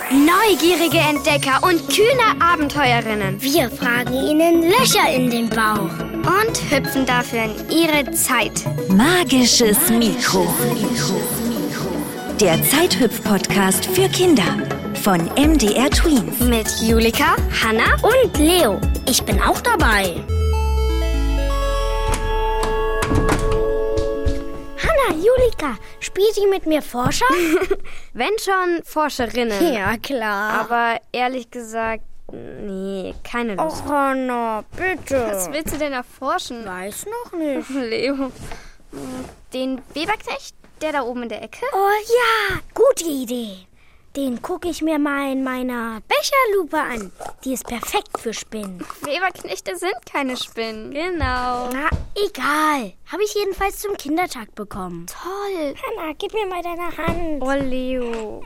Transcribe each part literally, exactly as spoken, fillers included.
Neugierige Entdecker und kühne Abenteurerinnen. Wir fragen ihnen Löcher in den Bauch. Und hüpfen dafür in ihre Zeit. Magisches Mikro. Der Zeithüpf-Podcast für Kinder von M D R Tweens. Mit Julika, Hanna und Leo. Ich bin auch dabei. Hanna, Julika, spielt ihr mit mir Forscher? Wenn schon, Forscherinnen. Ja, klar. Aber ehrlich gesagt, nee, keine Lust. Och, Hanna, bitte. Was willst du denn erforschen? Weiß noch nicht. Leo, den Weberknecht, der da oben in der Ecke? Oh ja, gute Idee. Den gucke ich mir mal in meiner Becherlupe an. Die ist perfekt für Spinnen. Weberknechte sind keine Spinnen. Genau. Na, egal. Habe ich jedenfalls zum Kindertag bekommen. Toll. Hanna, gib mir mal deine Hand. Oh, Leo.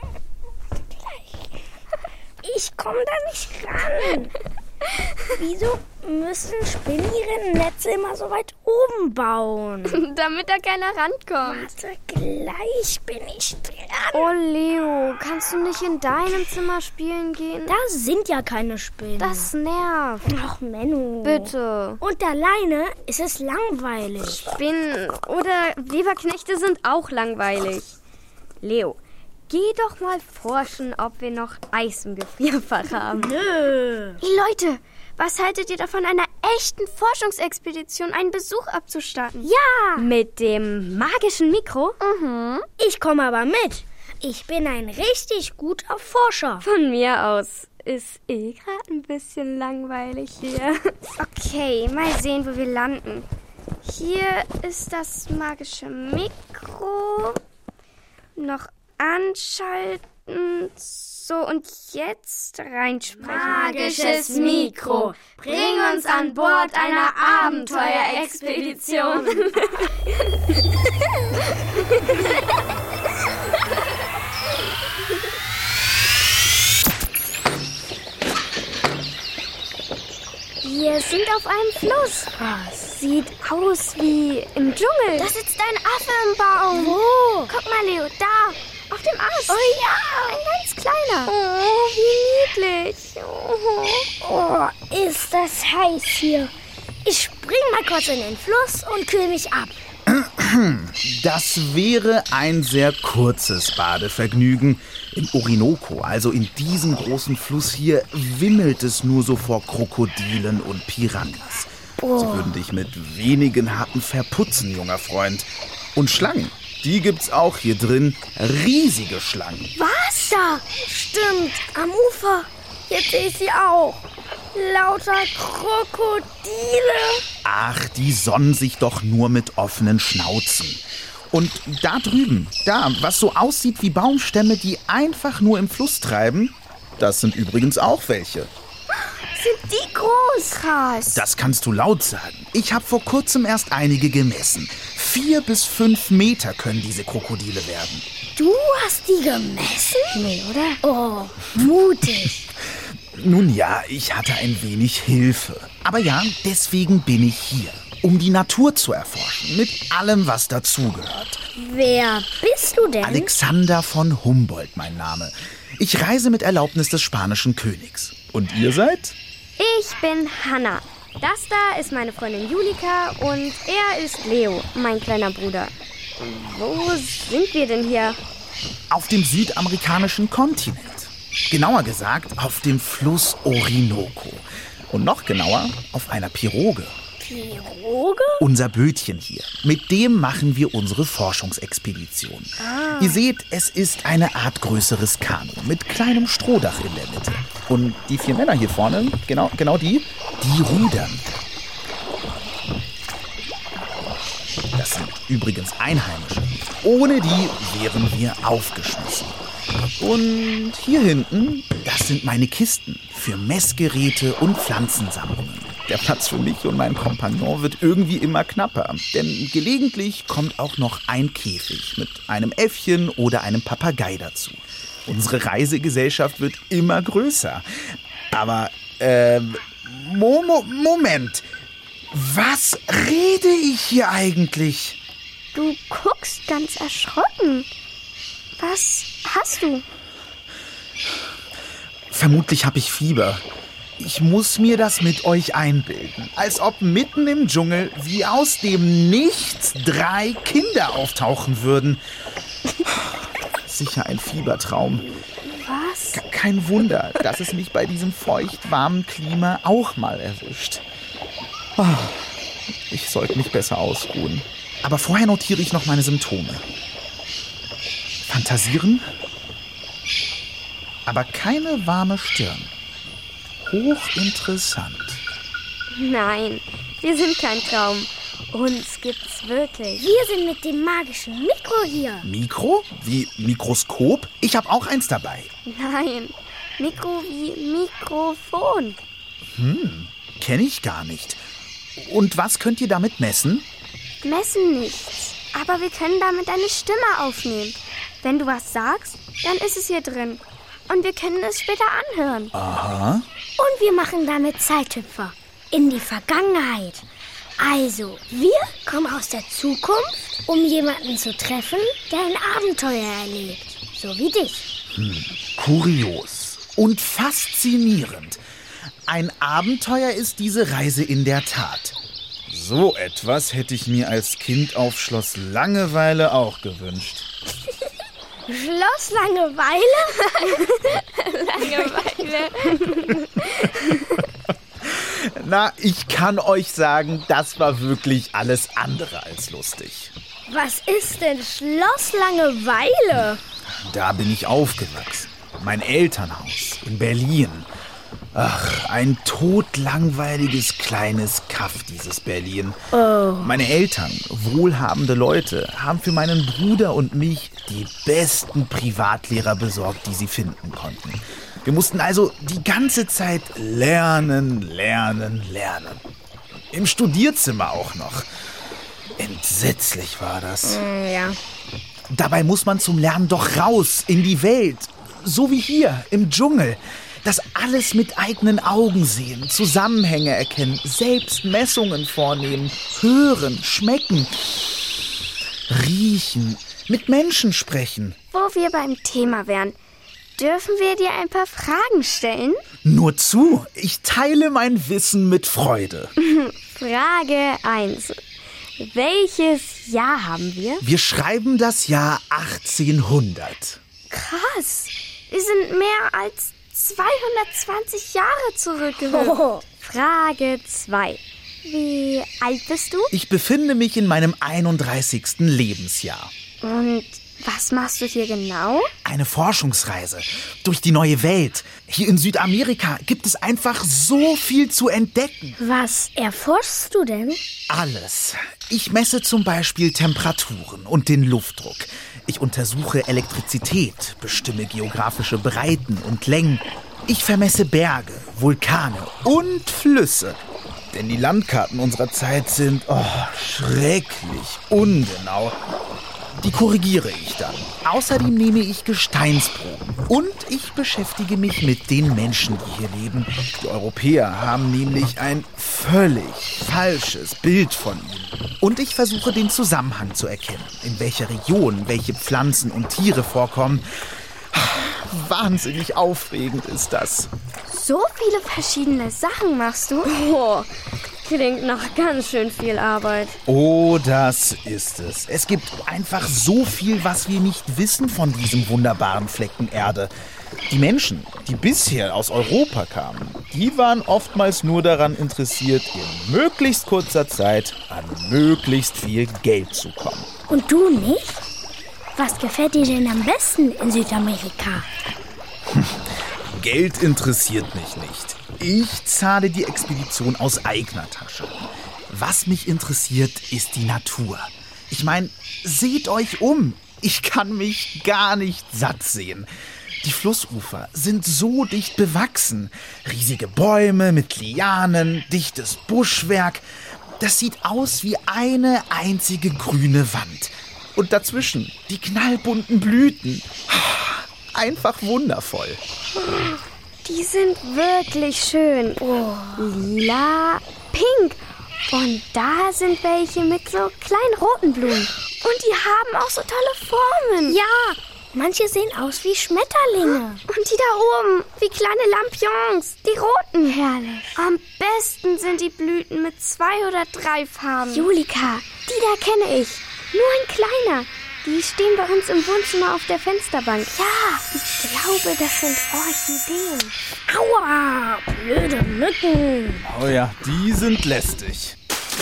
Ich komme da nicht ran. Wieso müssen Spinnen ihre Netze immer so weit oben bauen? Damit da keiner rankommt. Warte, gleich bin ich dran. Oh, Leo, kannst du nicht in deinem Zimmer spielen gehen? Da sind ja keine Spinnen. Das nervt. Ach, Menno. Bitte. Und alleine ist es langweilig. Spinnen oder Weberknechte sind auch langweilig. Leo, geh doch mal forschen, ob wir noch Eis im Gefrierfach haben. Nö. Leute, was haltet ihr davon, einer echten Forschungsexpedition einen Besuch abzustatten? Ja. Mit dem magischen Mikro? Mhm. Ich komme aber mit. Ich bin ein richtig guter Forscher. Von mir aus. Ist eh gerade ein bisschen langweilig hier. Okay, mal sehen, wo wir landen. Hier ist das magische Mikro. Noch anschalten. So, und jetzt reinsprechen. Magisches Mikro, bring uns an Bord einer Abenteuerexpedition. Wir sind auf einem Fluss. Was? Sieht aus wie im Dschungel. Da sitzt ein Affe im Baum. Wo? Guck mal, Leo, da. Auf dem Ast. Oh ja. Ein ganz kleiner. Oh, wie niedlich. Oh. Oh, ist das heiß hier. Ich spring mal kurz in den Fluss und kühl mich ab. Das wäre ein sehr kurzes Badevergnügen. Im Orinoco, also in diesem großen Fluss hier, wimmelt es nur so vor Krokodilen und Piranhas. Oh. Sie würden dich mit wenigen Happen verputzen, junger Freund. Und Schlangen, die gibt's auch hier drin. Riesige Schlangen. Was? Da, stimmt, am Ufer. Jetzt sehe ich sie auch. Lauter Krokodile. Ach, die sonnen sich doch nur mit offenen Schnauzen. Und da drüben, da, was so aussieht wie Baumstämme, die einfach nur im Fluss treiben, das sind übrigens auch welche. Sind die groß? Krass. Das kannst du laut sagen. Ich habe vor kurzem erst einige gemessen. Vier bis fünf Meter können diese Krokodile werden. Du hast die gemessen? Nee, oder? Oh, mutig. Nun ja, ich hatte ein wenig Hilfe. Aber ja, deswegen bin ich hier. Um die Natur zu erforschen, mit allem, was dazugehört. Wer bist du denn? Alexander von Humboldt, mein Name. Ich reise mit Erlaubnis des spanischen Königs. Und ihr seid? Ich bin Hanna. Das da ist meine Freundin Julika und er ist Leo, mein kleiner Bruder. Wo sind wir denn hier? Auf dem südamerikanischen Kontinent. Genauer gesagt, auf dem Fluss Orinoco. Und noch genauer, auf einer Piroge. Piroge? Unser Bötchen hier. Mit dem machen wir unsere Forschungsexpedition. Ah. Ihr seht, es ist eine Art größeres Kanu mit kleinem Strohdach in der Mitte. Und die vier Männer hier vorne, genau, genau die, die rudern. Das sind übrigens Einheimische. Ohne die wären wir aufgeschmissen. Und hier hinten, das sind meine Kisten für Messgeräte und Pflanzensammlungen. Der Platz für mich und meinen Kompagnon wird irgendwie immer knapper, denn gelegentlich kommt auch noch ein Käfig mit einem Äffchen oder einem Papagei dazu. Unsere Reisegesellschaft wird immer größer. Aber, ähm, Mo- Mo- Moment, was rede ich hier eigentlich? Du guckst ganz erschrocken. Was hast du? Vermutlich habe ich Fieber. Ich muss mir das mit euch einbilden. Als ob mitten im Dschungel wie aus dem Nichts drei Kinder auftauchen würden. Sicher ein Fiebertraum. Was? Ke- Kein Wunder, dass es mich bei diesem feucht-warmen Klima auch mal erwischt. Ah, Ich sollte mich besser ausruhen. Aber vorher notiere ich noch meine Symptome. Fantasieren, aber keine warme Stirn. Hochinteressant. Nein, wir sind kein Traum. Uns gibt's wirklich. Wir sind mit dem magischen Mikro hier. Mikro? Wie Mikroskop? Ich habe auch eins dabei. Nein, Mikro wie Mikrofon. Kenne ich gar nicht. Und was könnt ihr damit messen? Messen nichts. Aber wir können damit deine Stimme aufnehmen. Wenn du was sagst, dann ist es hier drin. Und wir können es später anhören. Aha. Und wir machen damit Zeithüpfer in die Vergangenheit. Also, wir kommen aus der Zukunft, um jemanden zu treffen, der ein Abenteuer erlebt. So wie dich. Kurios und faszinierend. Ein Abenteuer ist diese Reise in der Tat. So etwas hätte ich mir als Kind auf Schloss Langeweile auch gewünscht. Schloss Langeweile? Langeweile. Na, ich kann euch sagen, das war wirklich alles andere als lustig. Was ist denn Schloss Langeweile? Da bin ich aufgewachsen. Mein Elternhaus in Berlin. Ach, ein todlangweiliges kleines Kaff, dieses Berlin. Oh. Meine Eltern, wohlhabende Leute, haben für meinen Bruder und mich die besten Privatlehrer besorgt, die sie finden konnten. Wir mussten also die ganze Zeit lernen, lernen, lernen. Im Studierzimmer auch noch. Entsetzlich war das. Ja. Dabei muss man zum Lernen doch raus in die Welt. So wie hier im Dschungel. Das alles mit eigenen Augen sehen, Zusammenhänge erkennen, selbst Messungen vornehmen, hören, schmecken, riechen, mit Menschen sprechen. Wo wir beim Thema wären, dürfen wir dir ein paar Fragen stellen? Nur zu, ich teile mein Wissen mit Freude. Frage eins. Welches Jahr haben wir? Wir schreiben das Jahr achtzehnhundert. Krass. Wir sind mehr als zweihundertzwanzig Jahre zurückgerückt. Oh. Frage zwei. Wie alt bist du? Ich befinde mich in meinem einunddreißigsten Lebensjahr. Und was machst du hier genau? Eine Forschungsreise durch die neue Welt. Hier in Südamerika gibt es einfach so viel zu entdecken. Was erforschst du denn? Alles. Ich messe zum Beispiel Temperaturen und den Luftdruck. Ich untersuche Elektrizität, bestimme geografische Breiten und Längen. Ich vermesse Berge, Vulkane und Flüsse. Denn die Landkarten unserer Zeit sind oh, schrecklich ungenau. Die korrigiere ich dann. Außerdem nehme ich Gesteinsproben. Und ich beschäftige mich mit den Menschen, die hier leben. Die Europäer haben nämlich ein völlig falsches Bild von ihnen. Und ich versuche den Zusammenhang zu erkennen, in welcher Region welche Pflanzen und Tiere vorkommen. Wahnsinnig aufregend ist das. So viele verschiedene Sachen machst du? Oh, klingt nach ganz schön viel Arbeit. Oh, das ist es. Es gibt einfach so viel, was wir nicht wissen von diesem wunderbaren Flecken Erde. Die Menschen, die bisher aus Europa kamen, die waren oftmals nur daran interessiert, in möglichst kurzer Zeit an möglichst viel Geld zu kommen. Und du nicht? Was gefällt dir denn am besten in Südamerika? Geld interessiert mich nicht. Ich zahle die Expedition aus eigener Tasche. Was mich interessiert, ist die Natur. Ich meine, seht euch um. Ich kann mich gar nicht satt sehen. Die Flussufer sind so dicht bewachsen. Riesige Bäume mit Lianen, dichtes Buschwerk. Das sieht aus wie eine einzige grüne Wand. Und dazwischen die knallbunten Blüten. Einfach wundervoll. Die sind wirklich schön. Oh. Lila, pink. Und da sind welche mit so kleinen roten Blumen. Und die haben auch so tolle Formen. Ja, Manche sehen aus wie Schmetterlinge. Und die da oben, wie kleine Lampions, die roten. Herrlich. Am besten sind die Blüten mit zwei oder drei Farben. Julika, Die da kenne ich. Nur ein kleiner. Die stehen bei uns im Wohnzimmer auf der Fensterbank. ja, ich glaube, das sind Orchideen. Aua, blöde Mücken. Oh ja, die sind lästig.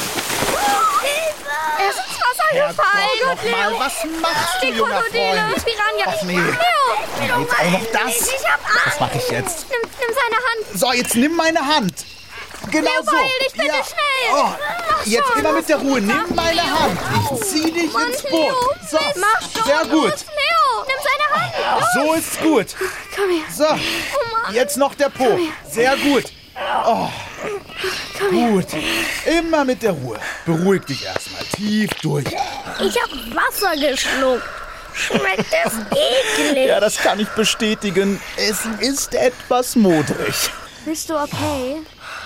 Er ist ins Wasser gefallen. Herrgott, noch mal, was machst du, Die junger Krokodile, Freund? Piranha. Ach nee, Leo, dann geht's auch noch das. ich hab Angst. Was mache ich jetzt? Nimm, nimm seine Hand. So, jetzt nimm meine Hand. Genau Leo, so. beeil dich bitte ja. schnell. Oh, jetzt schon, immer mit der Ruhe. mach Nimm meine Leo. Hand. Ich zieh dich Mann, ins Leo, Boot. So, Mach schon. sehr gut. Los, Leo, nimm seine Hand. Los. So ist's gut. Komm her. So, Mann. jetzt noch der Po. Sehr gut. Oh, gut. Immer mit der Ruhe. Beruhig dich erstmal. Tief durch. Ich habe Wasser geschluckt. Schmeckt es eklig. Ja, das kann ich bestätigen. Es ist etwas modrig. Bist du okay?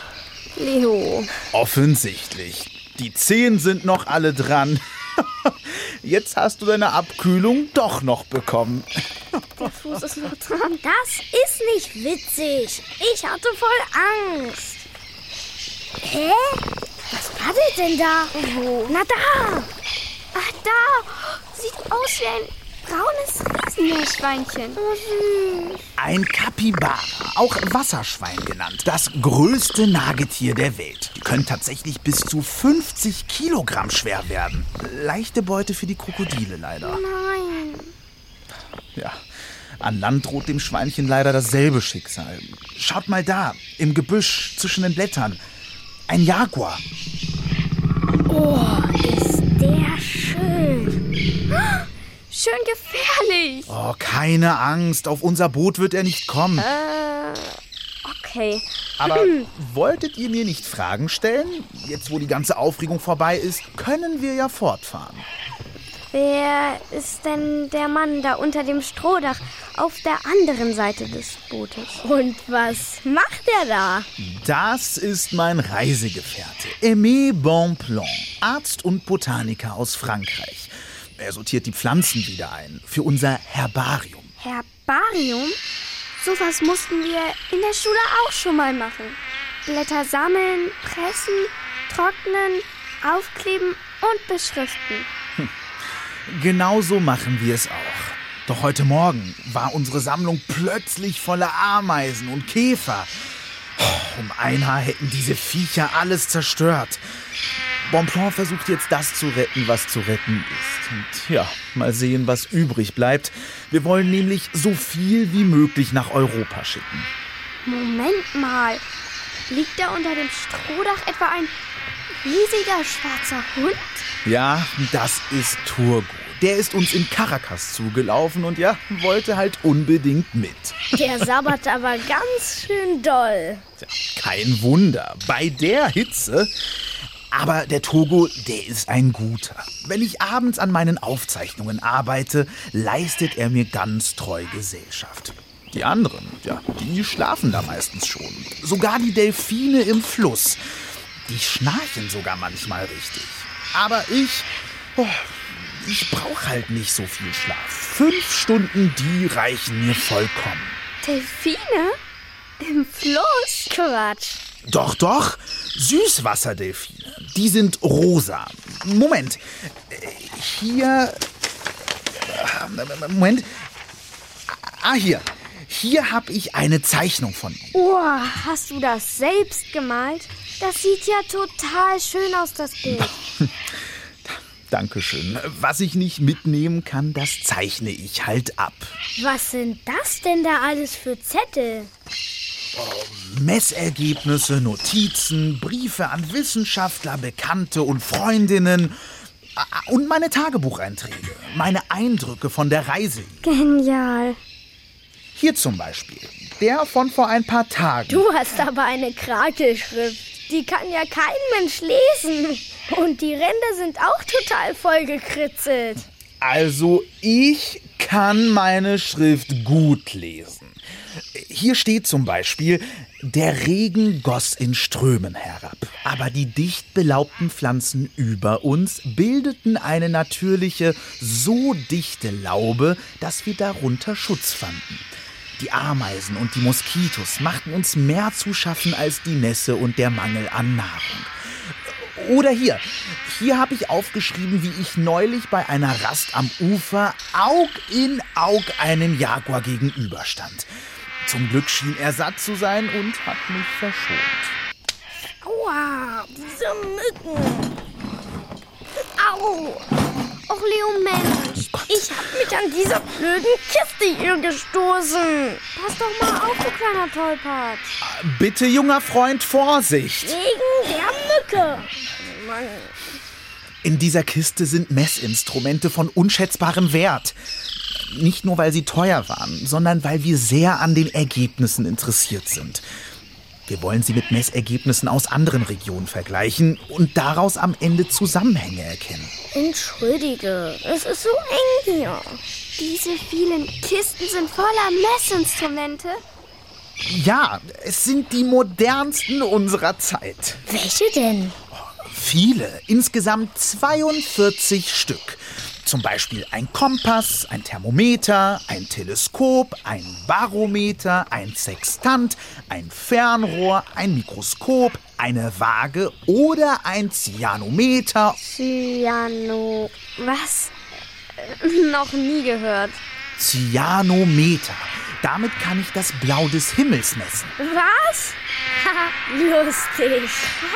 Leo. Offensichtlich. Die Zehen sind noch alle dran. Jetzt hast du deine Abkühlung doch noch bekommen. Der Fuß ist noch dran. Das ist nicht witzig. Ich hatte voll Angst. Hä? Was paddelt denn da? Na da. Ach, da. Sieht aus wie ein braunes Riesenmeerschweinchen. Oh, süß. Ein Kapibara, auch Wasserschwein genannt. Das größte Nagetier der Welt. Die können tatsächlich bis zu fünfzig Kilogramm schwer werden. Leichte Beute für die Krokodile leider. Nein. Ja, an Land droht dem Schweinchen leider dasselbe Schicksal. Schaut mal da, im Gebüsch zwischen den Blättern. Ein Jaguar. Oh, ist der schön. Schön gefährlich. Oh, keine Angst, auf unser Boot wird er nicht kommen. Äh, okay. Aber wolltet ihr mir nicht Fragen stellen? Jetzt, wo die ganze Aufregung vorbei ist, können wir ja fortfahren. Wer ist denn der Mann da unter dem Strohdach auf der anderen Seite des Bootes? Und was macht er da? Das ist mein Reisegefährte, Aimé Bonpland, Arzt und Botaniker aus Frankreich. Er sortiert die Pflanzen wieder ein für unser Herbarium. Herbarium? Sowas mussten wir in der Schule auch schon mal machen. Blätter sammeln, pressen, trocknen, aufkleben und beschriften. Genauso machen wir es auch. Doch heute Morgen war unsere Sammlung plötzlich voller Ameisen und Käfer. Um ein Haar hätten diese Viecher alles zerstört. Bonpland versucht jetzt das zu retten, was zu retten ist. Und ja, mal sehen, was übrig bleibt. Wir wollen nämlich so viel wie möglich nach Europa schicken. Moment mal. Liegt da unter dem Strohdach etwa ein riesiger schwarzer Hund? Ja, das ist Turgo. Der ist uns in Caracas zugelaufen und ja, wollte halt unbedingt mit. Der sabbert aber ganz schön doll. Tja, kein Wunder, bei der Hitze. Aber der Togo, der ist ein guter. Wenn ich abends an meinen Aufzeichnungen arbeite, leistet er mir ganz treu Gesellschaft. Die anderen, ja, die schlafen da meistens schon. Sogar die Delfine im Fluss. Die schnarchen sogar manchmal richtig. Aber ich, oh, ich brauche halt nicht so viel Schlaf. Fünf Stunden, die reichen mir vollkommen. Delfine? Im Fluss? Quatsch. Doch, doch, Süßwasserdelfine. Die sind rosa. Moment, hier... Moment. Ah, hier. Hier habe ich eine Zeichnung von ihm. Oh, hast du das selbst gemalt? Das sieht ja total schön aus, das Bild. Dankeschön. Was ich nicht mitnehmen kann, das zeichne ich halt ab. Was sind das denn da alles für Zettel? Messergebnisse, Notizen, Briefe an Wissenschaftler, Bekannte und Freundinnen und meine Tagebucheinträge, meine Eindrücke von der Reise. Genial. Hier zum Beispiel, der von vor ein paar Tagen. Du hast aber eine Krakelschrift. Die kann ja kein Mensch lesen. Und die Ränder sind auch total vollgekritzelt. Also ich kann meine Schrift gut lesen. Hier steht zum Beispiel, der Regen goss in Strömen herab, aber die dicht belaubten Pflanzen über uns bildeten eine natürliche, so dichte Laube, dass wir darunter Schutz fanden. Die Ameisen und die Moskitos machten uns mehr zu schaffen als die Nässe und der Mangel an Nahrung. Oder hier, hier habe ich aufgeschrieben, wie ich neulich bei einer Rast am Ufer Aug in Aug einem Jaguar gegenüberstand. Zum Glück schien er satt zu sein und hat mich verschont. Aua, diese Mücken. Au. Och, Leo, Mensch. Ich hab mich an dieser blöden Kiste hier gestoßen. Pass doch mal auf, du kleiner Tollpatsch. Bitte, junger Freund, Vorsicht! Wegen der Mücke. Mann. In dieser Kiste sind Messinstrumente von unschätzbarem Wert. Nicht nur, weil sie teuer waren, sondern weil wir sehr an den Ergebnissen interessiert sind. Wir wollen sie mit Messergebnissen aus anderen Regionen vergleichen und daraus am Ende Zusammenhänge erkennen. Entschuldige, es ist so eng hier. Diese vielen Kisten sind voller Messinstrumente. Ja, es sind die modernsten unserer Zeit. Welche denn? Viele, insgesamt zweiundvierzig Stück. Zum Beispiel ein Kompass, ein Thermometer, ein Teleskop, ein Barometer, ein Sextant, ein Fernrohr, ein Mikroskop, eine Waage oder ein Cyanometer. Cyano... Was? Äh, noch nie gehört. Cyanometer. Damit kann ich das Blau des Himmels messen. Was? Lustig.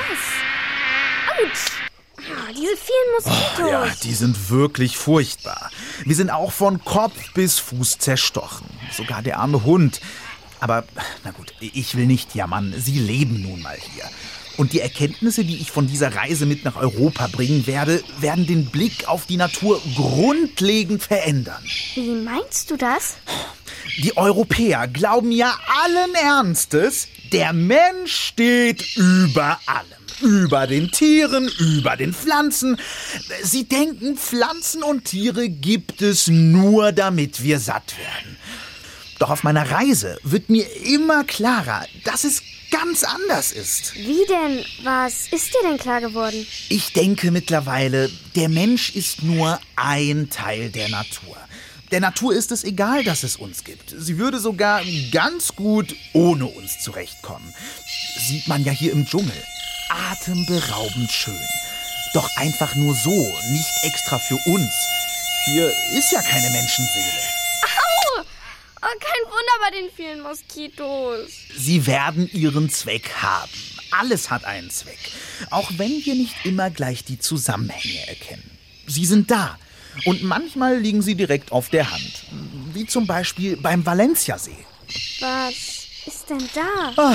Krass. Autsch. Oh, diese vielen Moskitos. Oh, ja, die sind wirklich furchtbar. Wir sind auch von Kopf bis Fuß zerstochen. Sogar der arme Hund. Aber, na gut, ich will nicht jammern. Sie leben nun mal hier. Und die Erkenntnisse, die ich von dieser Reise mit nach Europa bringen werde, werden den Blick auf die Natur grundlegend verändern. Wie meinst du das? Die Europäer glauben ja allen Ernstes, der Mensch steht über allem. Über den Tieren, über den Pflanzen. Sie denken, Pflanzen und Tiere gibt es nur, damit wir satt werden. Doch auf meiner Reise wird mir immer klarer, dass es ganz anders ist. Wie denn? Was ist dir denn klar geworden? Ich denke mittlerweile, der Mensch ist nur ein Teil der Natur. Der Natur ist es egal, dass es uns gibt. Sie würde sogar ganz gut ohne uns zurechtkommen. Sieht man ja hier im Dschungel. Atemberaubend schön. Doch einfach nur so, nicht extra für uns. Hier ist ja keine Menschenseele. Au! Oh, kein Wunder bei den vielen Moskitos. Sie werden ihren Zweck haben. Alles hat einen Zweck. Auch wenn wir nicht immer gleich die Zusammenhänge erkennen. Sie sind da. Und manchmal liegen sie direkt auf der Hand. Wie zum Beispiel beim Valencia-See. Was ist denn da? Oh.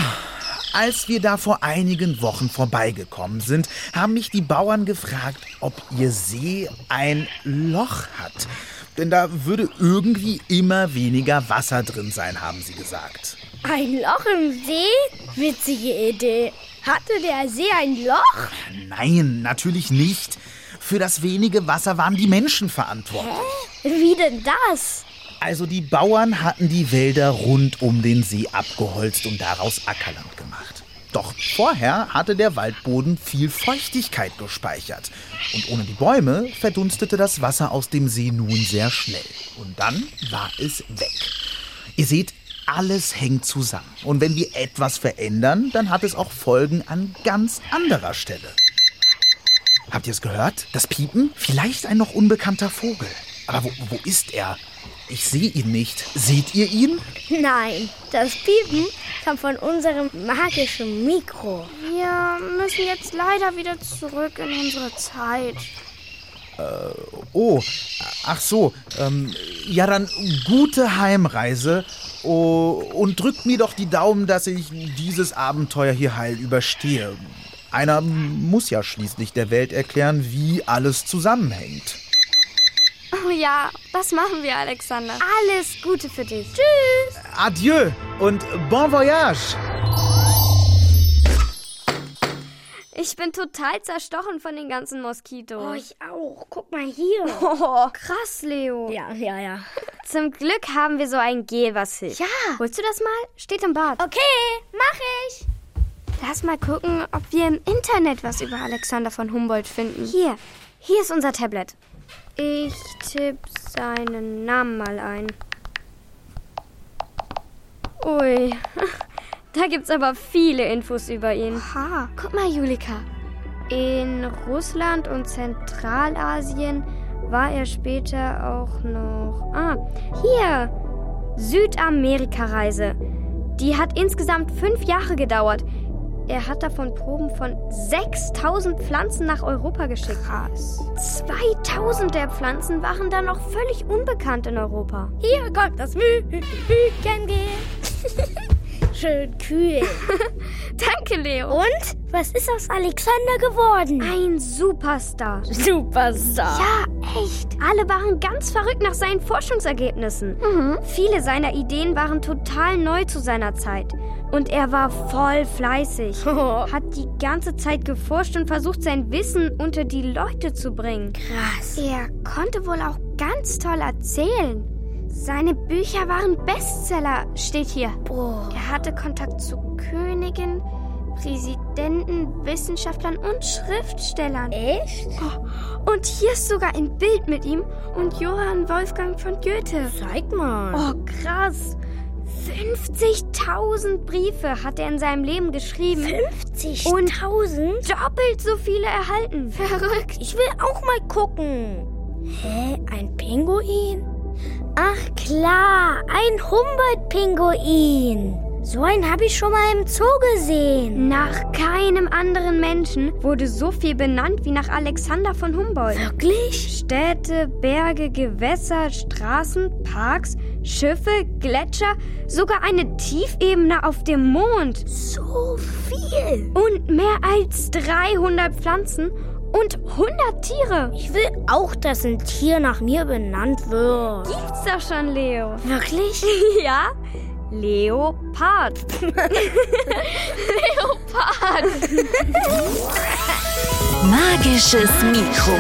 Als wir da vor einigen Wochen vorbeigekommen sind, haben mich die Bauern gefragt, ob ihr See ein Loch hat. Denn da würde irgendwie immer weniger Wasser drin sein, haben sie gesagt. Ein Loch im See? Witzige Idee. Hatte der See ein Loch? Nein, natürlich nicht. Für das wenige Wasser waren die Menschen verantwortlich. Hä? Wie denn das? Also die Bauern hatten die Wälder rund um den See abgeholzt und daraus Ackerland gemacht. Doch vorher hatte der Waldboden viel Feuchtigkeit gespeichert. Und ohne die Bäume verdunstete das Wasser aus dem See nun sehr schnell. Und dann war es weg. Ihr seht, alles hängt zusammen. Und wenn wir etwas verändern, dann hat es auch Folgen an ganz anderer Stelle. Habt ihr es gehört? Das Piepen? Vielleicht ein noch unbekannter Vogel. Aber wo, wo ist er? Ich sehe ihn nicht. Seht ihr ihn? Nein, das Piepen kam von unserem magischen Mikro. Wir müssen jetzt leider wieder zurück in unsere Zeit. Äh, oh, ach so. Ähm, ja, dann gute Heimreise. Oh, und drückt mir doch die Daumen, dass ich dieses Abenteuer hier heil überstehe. Einer muss ja schließlich der Welt erklären, wie alles zusammenhängt. Oh ja, das machen wir, Alexander. Alles Gute für dich. Tschüss. Adieu und bon voyage. Ich bin total zerstochen von den ganzen Moskitos. Oh, ich auch. Guck mal hier. Oh, krass, Leo. Ja, ja, ja. Zum Glück haben wir so ein Gel, was hilft. Ja. Holst du das mal? Steht im Bad. Okay, mach ich. Lass mal gucken, ob wir im Internet was über Alexander von Humboldt finden. Hier, hier ist unser Tablet. Ich tippe seinen Namen mal ein. Ui, da gibt's aber viele Infos über ihn. Ha. Guck mal, Julika. In Russland und Zentralasien war er später auch noch... Ah, hier, Südamerika-Reise. Die hat insgesamt fünf Jahre gedauert. Er hat davon Proben von sechstausend Pflanzen nach Europa geschickt. Krass. zweitausend der Pflanzen waren dann noch völlig unbekannt in Europa. Hier kommt das Mückengel. Schön kühl. Danke, Leo. Und? Was ist aus Alexander geworden? Ein Superstar. Superstar. Ja, echt. Alle waren ganz verrückt nach seinen Forschungsergebnissen. Mhm. Viele seiner Ideen waren total neu zu seiner Zeit. Und er war voll fleißig. Oh. Hat die ganze Zeit geforscht und versucht, sein Wissen unter die Leute zu bringen. Krass. Er konnte wohl auch ganz toll erzählen. Seine Bücher waren Bestseller, steht hier. Boah. Er hatte Kontakt zu Königen, Präsidenten, Wissenschaftlern und Schriftstellern. Echt? Oh, und hier ist sogar ein Bild mit ihm und Johann Wolfgang von Goethe. Zeig mal. Oh, krass. fünfzigtausend Briefe hat er in seinem Leben geschrieben. fünfzigtausend? Doppelt so viele erhalten. Verrückt. Ich will auch mal gucken. Hä? Ein Pinguin? Ach klar, ein Humboldt-Pinguin. So einen habe ich schon mal im Zoo gesehen. Nach keinem anderen Menschen wurde so viel benannt wie nach Alexander von Humboldt. Wirklich? Städte, Berge, Gewässer, Straßen, Parks, Schiffe, Gletscher, sogar eine Tiefebene auf dem Mond. So viel. Und mehr als dreihundert Pflanzen und hundert Tiere. Ich will auch, dass ein Tier nach mir benannt wird. Gibt's doch schon, Leo. Wirklich? Ja? Leopard. Leopard. Magisches Mikro.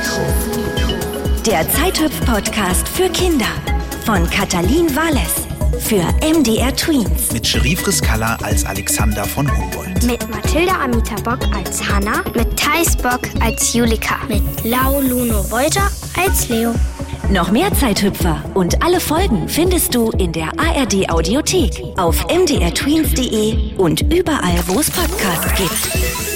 Der Zeithüpf-Podcast für Kinder von Katalin Wales für M D R Tweens. Mit Sherif Riskalla als Alexander von Humboldt. Mit Mathilda Amita Bock als Hanna. Mit Thais Bock als Julika. Mit Lau Luno Wolter als Leo. Noch mehr Zeithüpfer und alle Folgen findest du in der A R D Audiothek, auf m d r tweens punkt d e und überall, wo es Podcasts gibt.